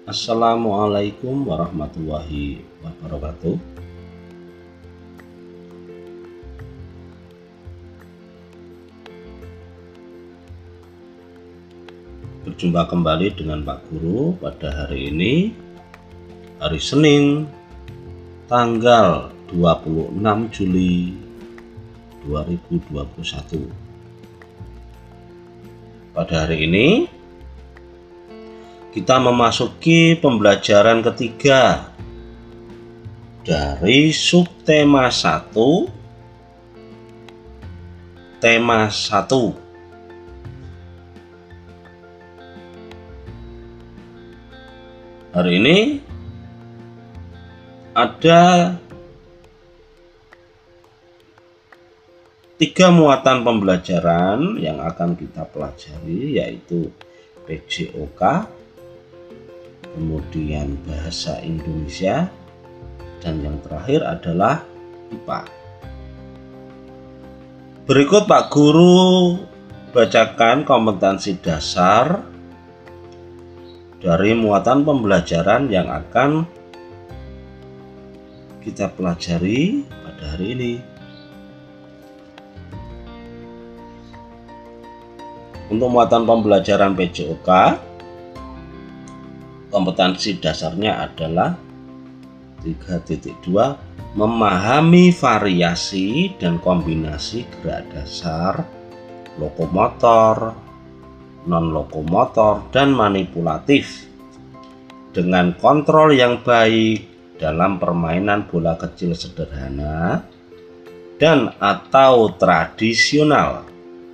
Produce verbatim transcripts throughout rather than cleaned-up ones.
Assalamualaikum warahmatullahi wabarakatuh. Berjumpa kembali dengan Pak Guru pada hari ini, hari Senin, tanggal dua puluh enam Juli dua ribu dua puluh satu. Pada hari ini kita memasuki pembelajaran ketiga dari subtema satu, tema satu. Hari ini ada tiga muatan pembelajaran yang akan kita pelajari, yaitu P J O K, kemudian bahasa Indonesia, dan yang terakhir adalah I P A. Berikut Pak Guru bacakan kompetensi dasar dari muatan pembelajaran yang akan kita pelajari pada hari ini. Untuk muatan pembelajaran P J O K, kompetensi dasarnya adalah tiga titik dua, memahami variasi dan kombinasi gerak dasar lokomotor, non-lokomotor, dan manipulatif dengan kontrol yang baik dalam permainan bola kecil sederhana dan atau tradisional.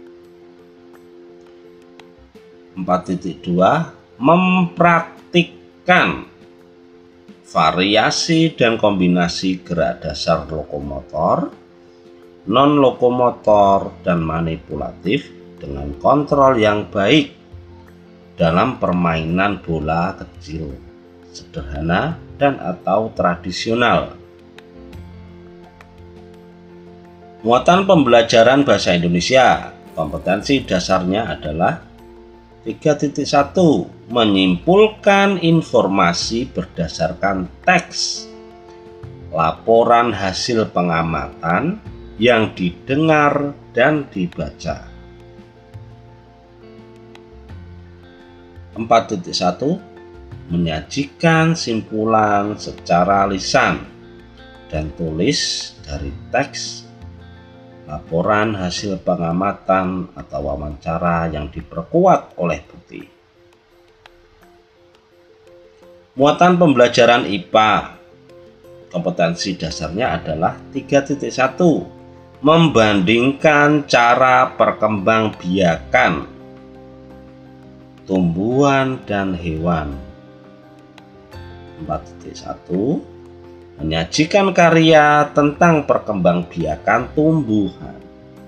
empat titik dua, mempraktikkan variasi dan kombinasi gerak dasar lokomotor, non-lokomotor, dan manipulatif dengan kontrol yang baik dalam permainan bola kecil sederhana dan atau tradisional. Muatan pembelajaran bahasa Indonesia, kompetensi dasarnya adalah tiga titik satu, menyimpulkan informasi berdasarkan teks laporan hasil pengamatan yang didengar dan dibaca. empat titik satu, menyajikan simpulan secara lisan dan tulis dari teks laporan hasil pengamatan atau wawancara yang diperkuat oleh bukti. Muatan pembelajaran I P A, kompetensi dasarnya adalah tiga titik satu, membandingkan cara perkembangbiakan tumbuhan dan hewan. empat titik satu, menyajikan karya tentang perkembangbiakan tumbuhan.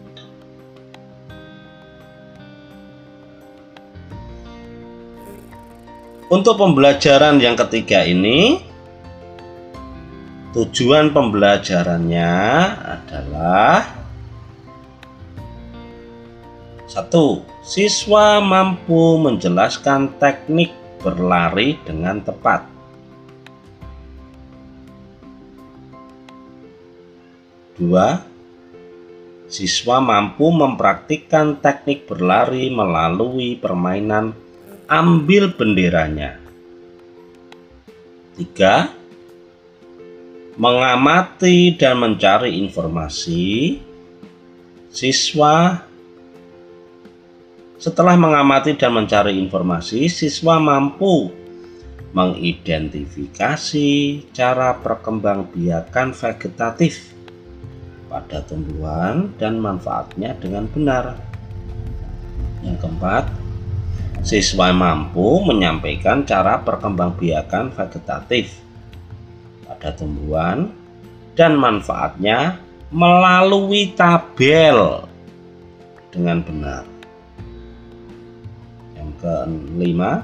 Untuk pembelajaran yang ketiga ini, tujuan pembelajarannya adalah satu. Siswa mampu menjelaskan teknik berlari dengan tepat. Dua, siswa mampu mempraktikkan teknik berlari melalui permainan ambil benderanya. Tiga, mengamati dan mencari informasi. Siswa setelah mengamati dan mencari informasi, siswa mampu mengidentifikasi cara perkembangbiakan vegetatif pada tumbuhan dan manfaatnya dengan benar. Yang keempat, siswa mampu menyampaikan cara perkembangbiakan vegetatif pada tumbuhan dan manfaatnya melalui tabel dengan benar. Yang kelima,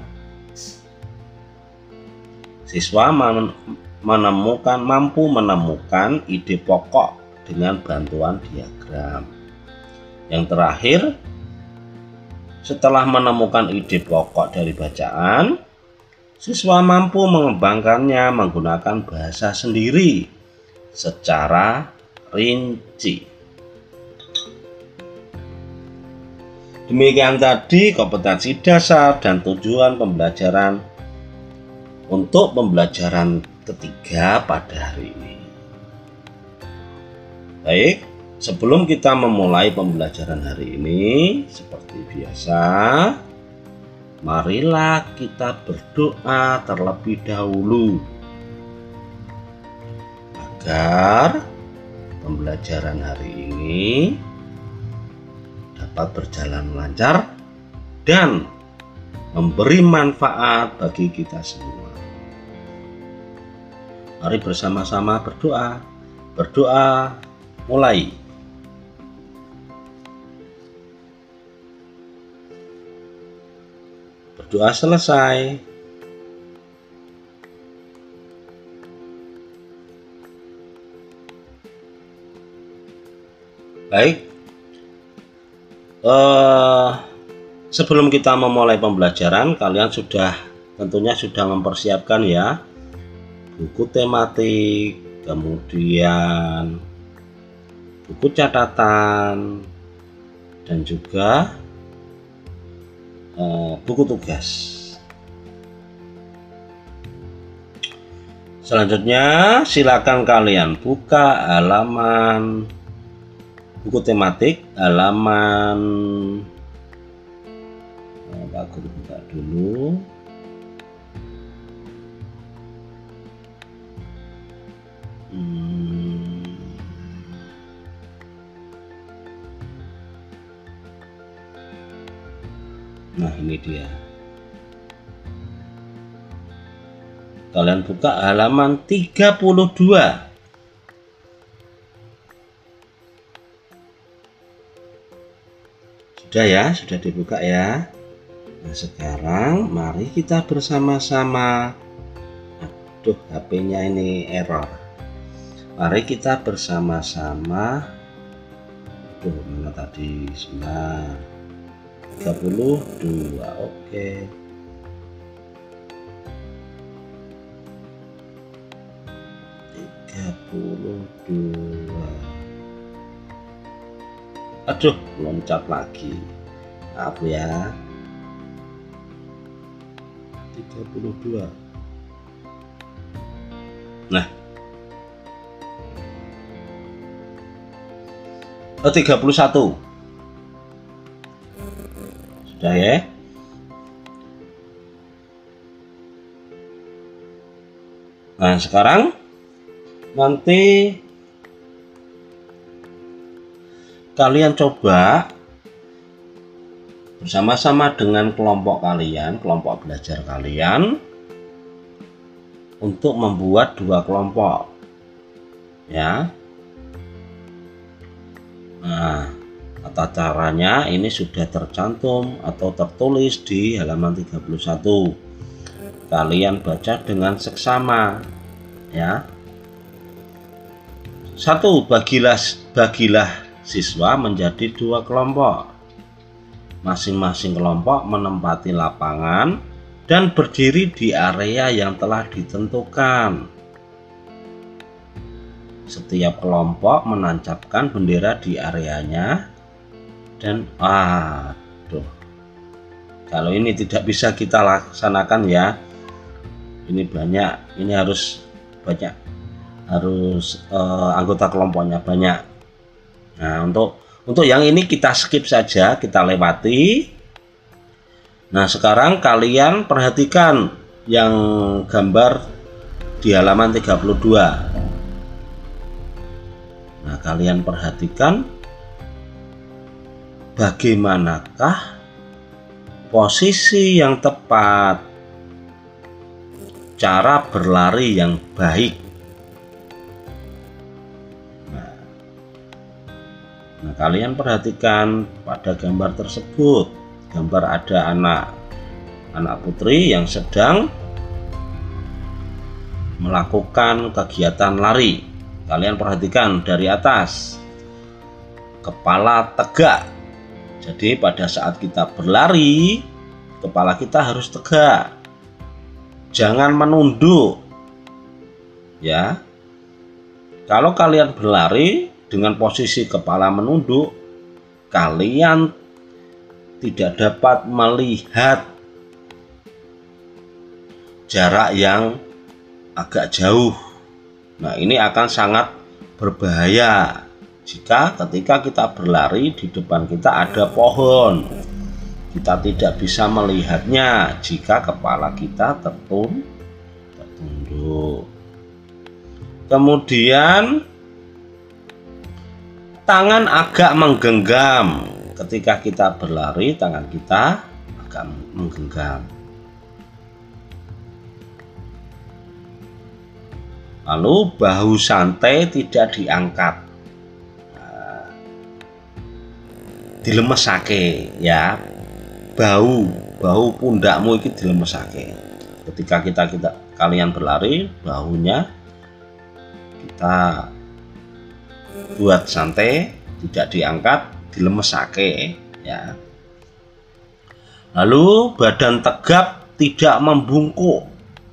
siswa menemukan mampu menemukan ide pokok dengan bantuan diagram. Yang terakhir, setelah menemukan ide pokok dari bacaan, Siswa mampu mengembangkannya menggunakan bahasa sendiri secara rinci. Demikian tadi kompetensi dasar dan tujuan pembelajaran untuk pembelajaran ketiga pada hari ini. Baik, sebelum kita memulai pembelajaran hari ini, seperti biasa, marilah kita berdoa terlebih dahulu agar pembelajaran hari ini dapat berjalan lancar dan memberi manfaat bagi kita semua. Mari bersama-sama berdoa. Berdoa mulai. Doa selesai. Baik, eh, sebelum kita memulai pembelajaran, kalian sudah tentunya sudah mempersiapkan ya buku tematik, kemudian buku catatan, dan juga Uh, buku tugas. Selanjutnya silakan kalian buka halaman buku tematik, halaman uh, aku buka dulu. Hmm. Nah, ini dia. Kalian buka halaman tiga puluh dua. Sudah ya, sudah dibuka ya. Nah, sekarang mari kita bersama-sama. Aduh, H P-nya ini error. Mari kita bersama-sama. Aduh, mana tadi? Sebentar. tiga puluh dua, oke. tiga puluh dua. Aduh, loncat lagi. Maaf ya. tiga puluh dua. Nah. Oh, tiga puluh satu. Sudah ya. Nah, sekarang nanti kalian coba bersama-sama dengan kelompok kalian, kelompok belajar kalian, untuk membuat dua kelompok ya. Nah, tata caranya ini sudah tercantum atau tertulis di halaman tiga puluh satu. Kalian baca dengan seksama ya. Satu, bagilah bagilah siswa menjadi dua kelompok. Masing-masing kelompok menempati lapangan dan berdiri di area yang telah ditentukan. Setiap kelompok menancapkan bendera di areanya. Dan aduh, kalau ini tidak bisa kita laksanakan ya, ini banyak, ini harus banyak, harus uh, anggota kelompoknya banyak. Nah, untuk untuk yang ini kita skip saja, kita lewati. Nah, sekarang kalian perhatikan yang gambar di halaman tiga puluh dua. Nah, kalian perhatikan bagaimanakah posisi yang tepat, cara berlari yang baik. Nah, nah kalian perhatikan pada gambar tersebut, gambar ada anak anak putri yang sedang melakukan kegiatan lari. Kalian perhatikan dari atas, kepala tegak. Jadi pada saat kita berlari, kepala kita harus tegak. jangan menunduk ya. Kalau kalian berlari dengan posisi kepala menunduk, kalian tidak dapat melihat jarak yang agak jauh. Nah, ini akan sangat berbahaya jika ketika kita berlari di depan kita ada pohon. Kita tidak bisa melihatnya jika kepala kita tertun, tertunduk. Kemudian tangan agak menggenggam. Ketika kita berlari, tangan kita agak menggenggam. Lalu bahu santai, tidak diangkat. Nah, dilemesake ya. Bahu, bahu pundakmu itu dilemesake. Ketika kita kita kalian berlari, bahunya kita buat santai, tidak diangkat, dilemesake ya. Lalu badan tegap, tidak membungkuk.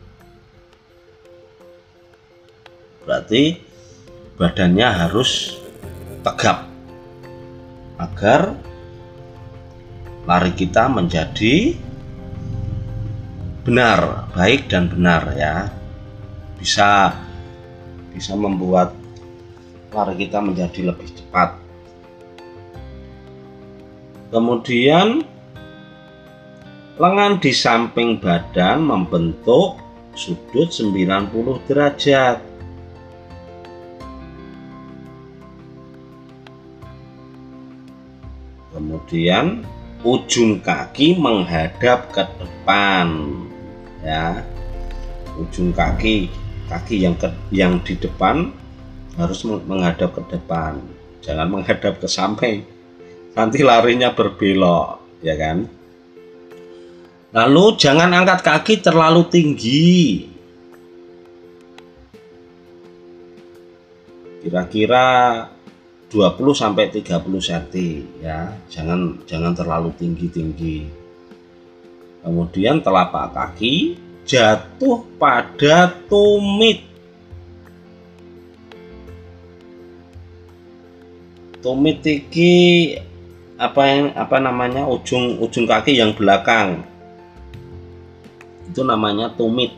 Berarti badannya harus tegap agar lari kita menjadi benar, baik dan benar ya. Bisa bisa membuat lari kita menjadi lebih cepat. Kemudian lengan di samping badan membentuk sudut sembilan puluh derajat. Kemudian ujung kaki menghadap ke depan ya. Ujung kaki kaki yang ke, yang di depan harus menghadap ke depan, jangan menghadap ke samping, nanti larinya berbelok ya kan. Lalu jangan angkat kaki terlalu tinggi, kira-kira dua puluh sampai tiga puluh sentimeter ya, jangan jangan terlalu tinggi-tinggi. Kemudian telapak kaki jatuh pada tumit. Tumit iki apa yang apa namanya ujung ujung kaki yang belakang, itu namanya tumit.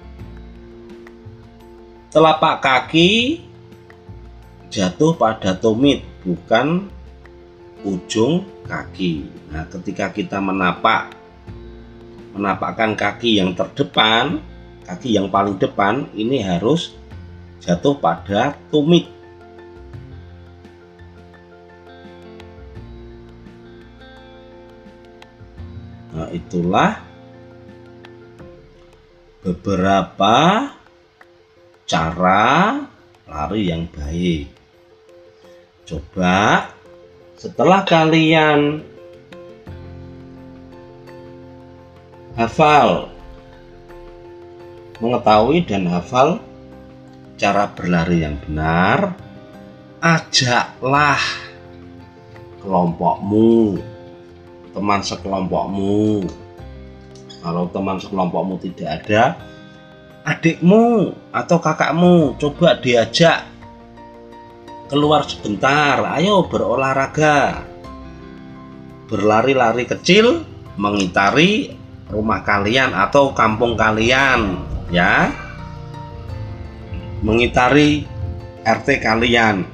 Telapak kaki jatuh pada tumit, bukan ujung kaki. Nah, ketika kita menapak menapakkan kaki yang terdepan, kaki yang paling depan ini harus jatuh pada tumit. Nah, itulah beberapa cara lari yang baik. Coba setelah kalian hafal, mengetahui dan hafal cara berlari yang benar, ajaklah kelompokmu, teman sekelompokmu. Kalau teman sekelompokmu tidak ada, adikmu atau kakakmu coba diajak keluar sebentar, ayo berolahraga, berlari-lari kecil mengitari rumah kalian atau kampung kalian ya, mengitari R T kalian.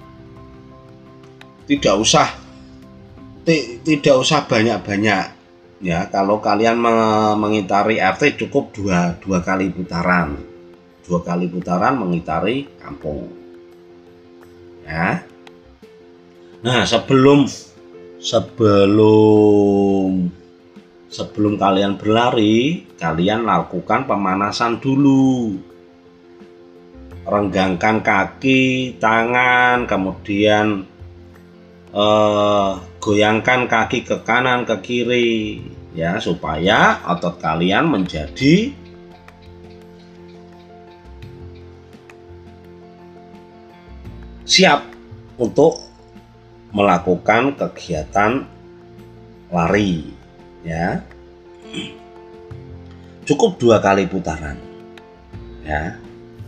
Tidak usah tidak usah banyak-banyak ya. Kalau kalian mengitari R T cukup dua dua kali putaran, dua kali putaran mengitari kampung ya. Nah, sebelum sebelum sebelum kalian berlari, kalian lakukan pemanasan dulu. Renggangkan kaki, tangan, kemudian eh, goyangkan kaki ke kanan ke kiri ya, supaya otot kalian menjadi siap untuk melakukan kegiatan lari ya. cukup dua kali putaran, ya.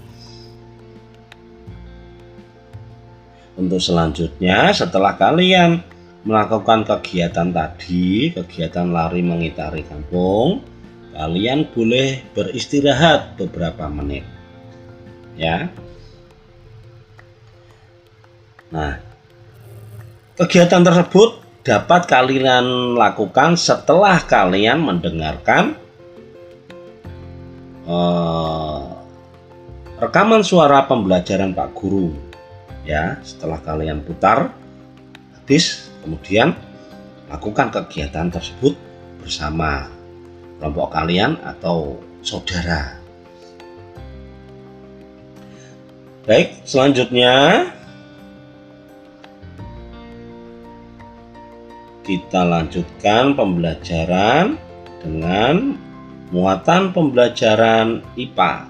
Untuk selanjutnya, setelah kalian melakukan kegiatan tadi, kegiatan lari mengitari kampung, kalian boleh beristirahat beberapa menit, ya. Nah, kegiatan tersebut dapat kalian lakukan setelah kalian mendengarkan eh, rekaman suara pembelajaran Pak Guru, ya. Setelah kalian putar habis, kemudian lakukan kegiatan tersebut bersama kelompok kalian atau saudara. Baik, selanjutnya kita lanjutkan pembelajaran dengan muatan pembelajaran I P A.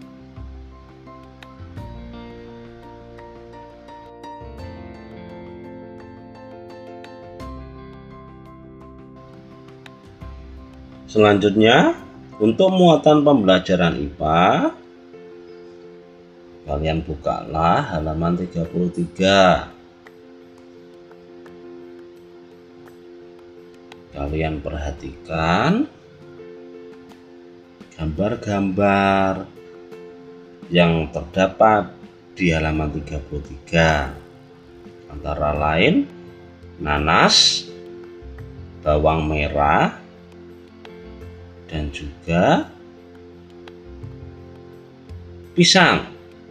Selanjutnya, untuk muatan pembelajaran I P A, kalian bukalah halaman tiga puluh tiga. Kalian perhatikan gambar-gambar yang terdapat di halaman tiga puluh tiga, antara lain nanas, bawang merah, dan juga pisang.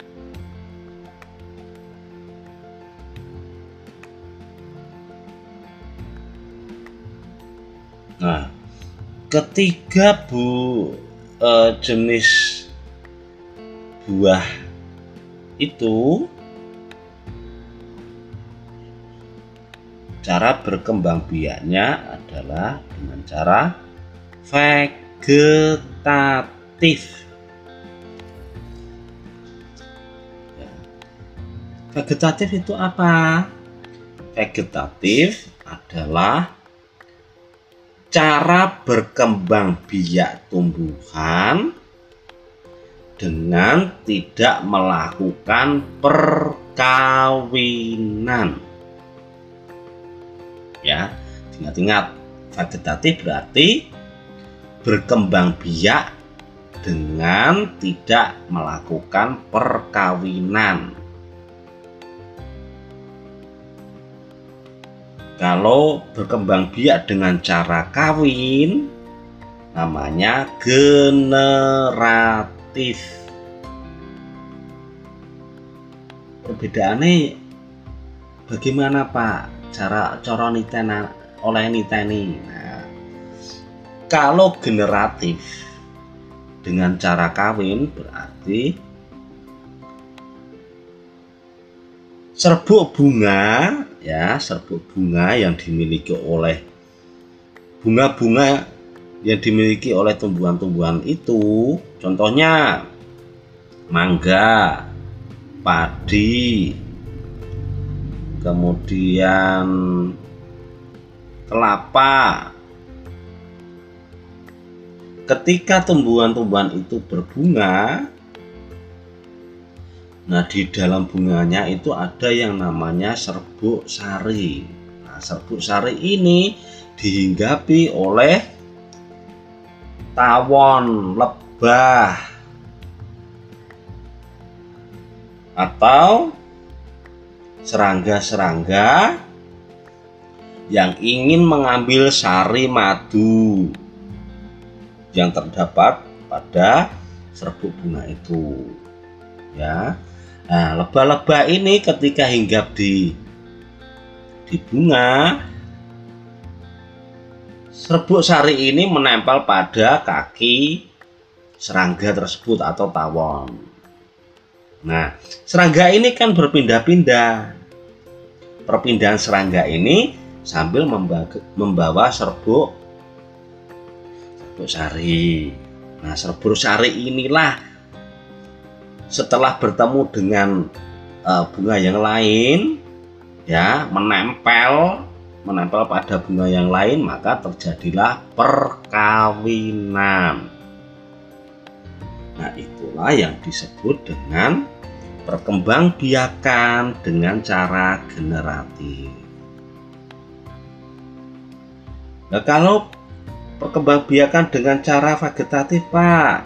Nah, ketiga bu eh, jenis buah itu cara berkembang biaknya adalah dengan cara vegetatif. Ya. Vegetatif itu apa? Vegetatif adalah cara berkembang biak tumbuhan dengan tidak melakukan perkawinan. Ya, ingat-ingat, vegetatif berarti berkembang biak dengan tidak melakukan perkawinan. Kalau berkembang biak dengan cara kawin, namanya generatif. Perbedaannya bagaimana Pak? Cara cara niteni oleh niteni. Nah, kalau generatif dengan cara kawin berarti serbuk bunga, ya, serbuk bunga yang dimiliki oleh bunga-bunga yang dimiliki oleh tumbuhan-tumbuhan itu, contohnya mangga, padi, kemudian kelapa. Ketika tumbuhan-tumbuhan itu berbunga, nah di dalam bunganya itu ada yang namanya serbuk sari. Nah, serbuk sari ini dihinggapi oleh tawon lebah atau serangga-serangga yang ingin mengambil sari madu yang terdapat pada serbuk bunga itu, ya. Nah, lebah-lebah ini ketika hinggap di di bunga, serbuk sari ini menempel pada kaki serangga tersebut atau tawon. Nah, serangga ini kan berpindah-pindah. Perpindahan serangga ini sambil membawa serbuk serbuk sari. Nah, serbuk sari inilah setelah bertemu dengan uh, bunga yang lain, ya, menempel menempel pada bunga yang lain, maka terjadilah perkawinan. Nah, itulah yang disebut dengan perkembangbiakan dengan cara generatif. Nah, kalau perkembangbiakan dengan cara vegetatif, Pak.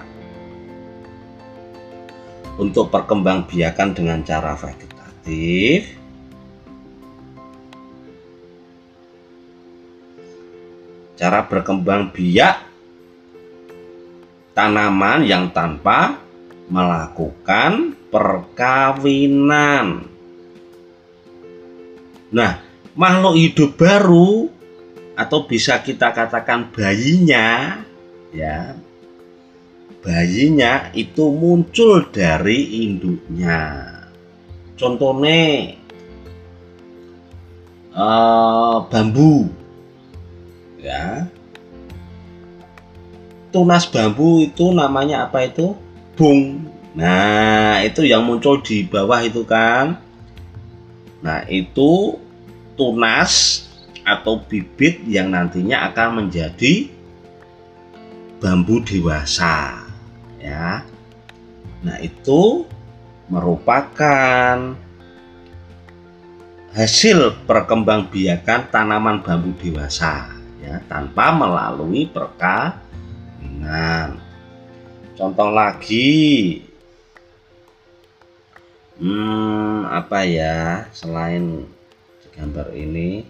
Untuk perkembangbiakan dengan cara vegetatif, cara berkembang biak tanaman yang tanpa melakukan perkawinan. Nah, makhluk hidup baru atau bisa kita katakan bayinya, ya, bayinya itu muncul dari induknya. Contohnya eh, bambu, ya. Tunas bambu itu namanya apa itu? Bung. Nah, itu yang muncul di bawah itu kan. Nah, itu tunas atau bibit yang nantinya akan menjadi bambu dewasa, ya. Nah, itu merupakan hasil perkembangbiakan tanaman bambu dewasa, ya, tanpa melalui perkawinan. Contoh lagi, hmm, apa ya selain gambar ini?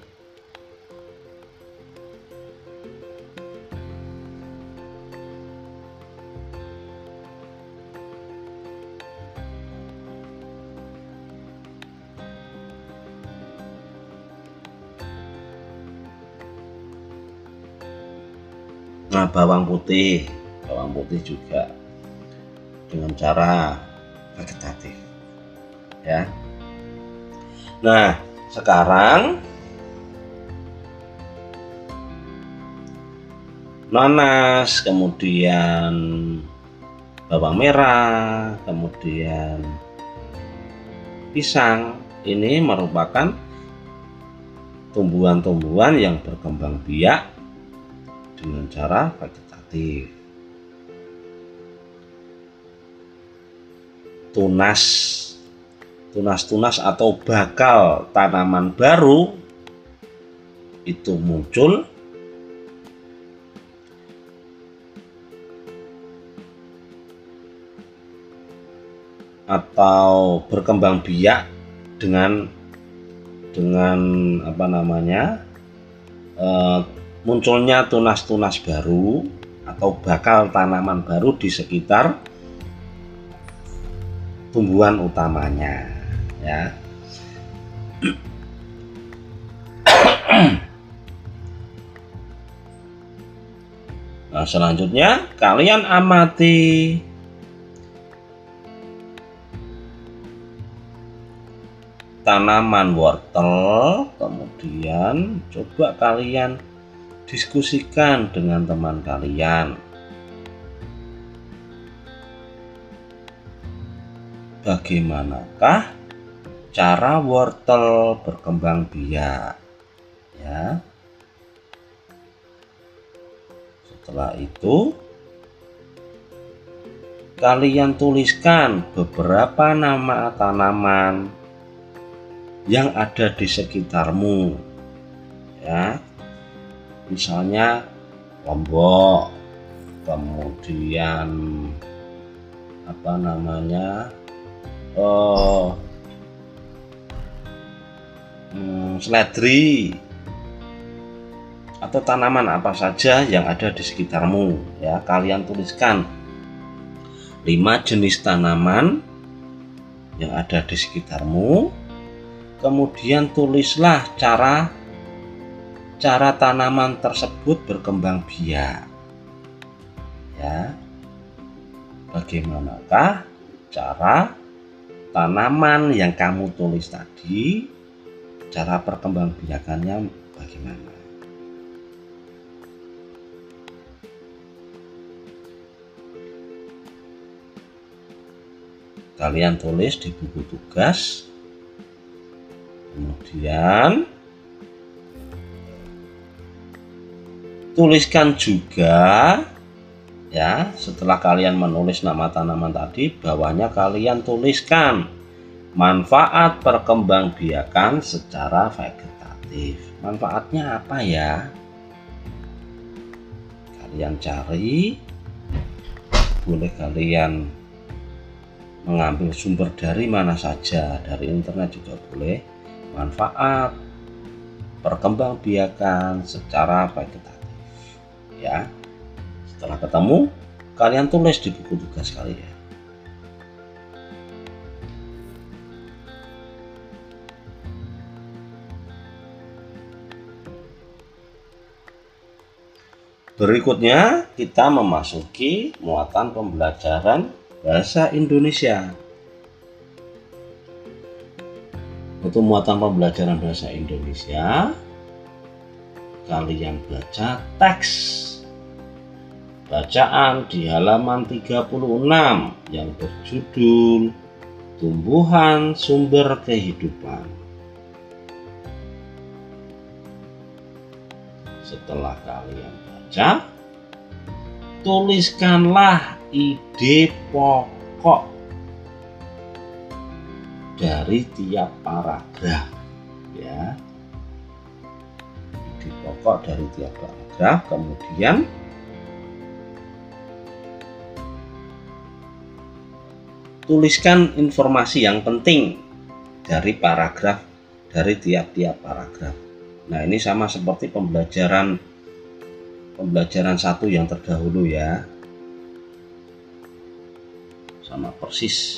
Nah, bawang putih, bawang putih juga dengan cara vegetatif, ya. Nah, sekarang nanas, kemudian bawang merah, kemudian pisang, ini merupakan tumbuhan-tumbuhan yang berkembang biak dengan cara vegetatif. Tunas, tunas-tunas atau bakal tanaman baru itu muncul atau berkembang biak dengan dengan apa namanya eh, munculnya tunas-tunas baru atau bakal tanaman baru di sekitar tumbuhan utamanya, ya. Nah, selanjutnya kalian amati tanaman wortel, kemudian coba kalian diskusikan dengan teman kalian. Bagaimanakah cara wortel berkembang biak, ya? Setelah itu kalian tuliskan beberapa nama tanaman yang ada di sekitarmu, ya. Misalnya lombok, kemudian apa namanya oh hmm, seledri, atau tanaman apa saja yang ada di sekitarmu, ya. Kalian tuliskan lima jenis tanaman yang ada di sekitarmu, kemudian tulislah cara cara tanaman tersebut berkembang biak, ya. Bagaimanakah cara tanaman yang kamu tulis tadi, cara perkembangbiakannya bagaimana? Kalian tulis di buku tugas, kemudian tuliskan juga, Ya, setelah kalian menulis nama tanaman tadi, bawahnya kalian tuliskan manfaat perkembangbiakan secara vegetatif. Manfaatnya apa ya? Kalian cari, boleh kalian mengambil sumber dari mana saja, dari internet juga boleh. Manfaat perkembangbiakan secara vegetatif. Ya, setelah ketemu, kalian tulis di buku tugas kalian. Berikutnya kita memasuki muatan pembelajaran bahasa Indonesia. Untuk muatan pembelajaran bahasa Indonesia, kalian baca teks bacaan di halaman tiga puluh enam yang berjudul Tumbuhan Sumber Kehidupan. Setelah kalian baca, tuliskanlah ide pokok dari tiap paragraf, ya. Ide pokok dari tiap paragraf, kemudian tuliskan informasi yang penting dari paragraf, dari tiap-tiap paragraf. Nah, ini sama seperti pembelajaran pembelajaran satu yang terdahulu ya. Sama persis.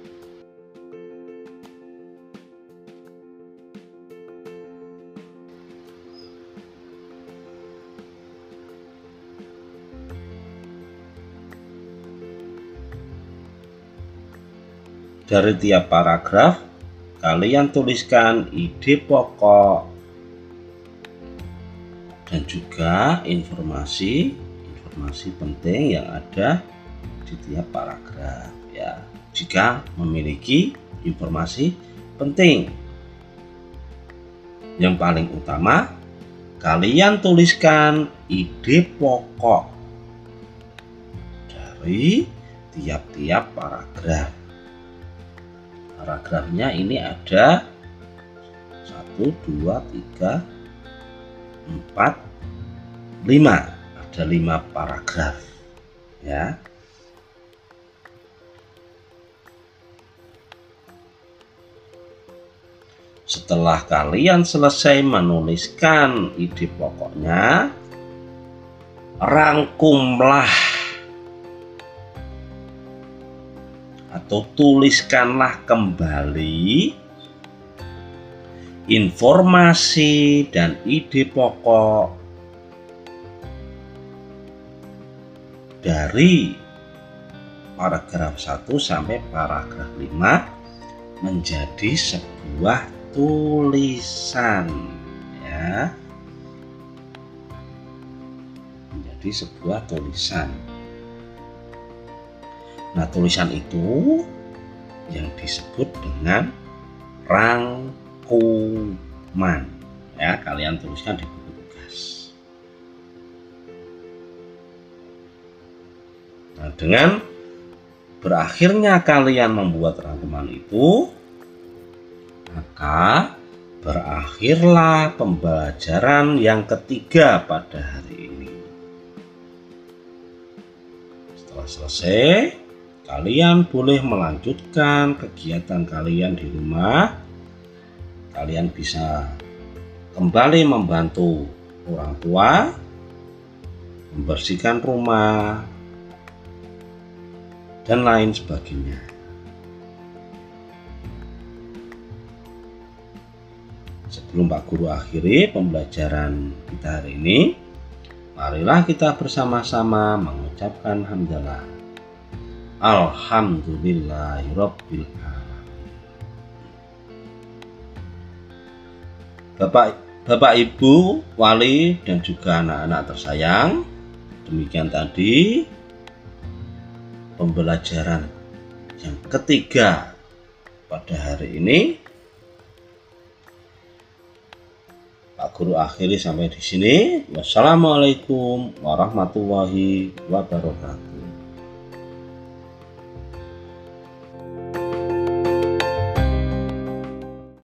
Dari tiap paragraf, kalian tuliskan ide pokok dan juga informasi informasi penting yang ada di tiap paragraf, ya. Jika memiliki informasi penting, yang paling utama, kalian tuliskan ide pokok dari tiap-tiap paragraf. Paragrafnya ini ada satu, dua, tiga, empat, lima. Ada lima paragraf, ya. Setelah kalian selesai menuliskan ide pokoknya, rangkumlah atau tuliskanlah kembali informasi dan ide pokok dari paragraf satu sampai paragraf lima menjadi sebuah tulisan, ya. Menjadi sebuah tulisan. Nah, tulisan itu yang disebut dengan rangkuman, ya. Kalian tuliskan di buku tugas. Nah, dengan berakhirnya kalian membuat rangkuman itu, maka berakhirlah pembelajaran yang ketiga pada hari ini. Setelah selesai, kalian boleh melanjutkan kegiatan kalian di rumah. Kalian bisa kembali membantu orang tua, membersihkan rumah, dan lain sebagainya. Sebelum Pak Guru akhiri pembelajaran kita hari ini, marilah kita bersama-sama mengucapkan hamdalah. Alhamdulillahirabbil alamin. Bapak, Bapak Ibu, wali dan juga anak-anak tersayang, demikian tadi pembelajaran yang ketiga pada hari ini. Pak Guru akhiri sampai di sini. Wassalamualaikum warahmatullahi wabarakatuh.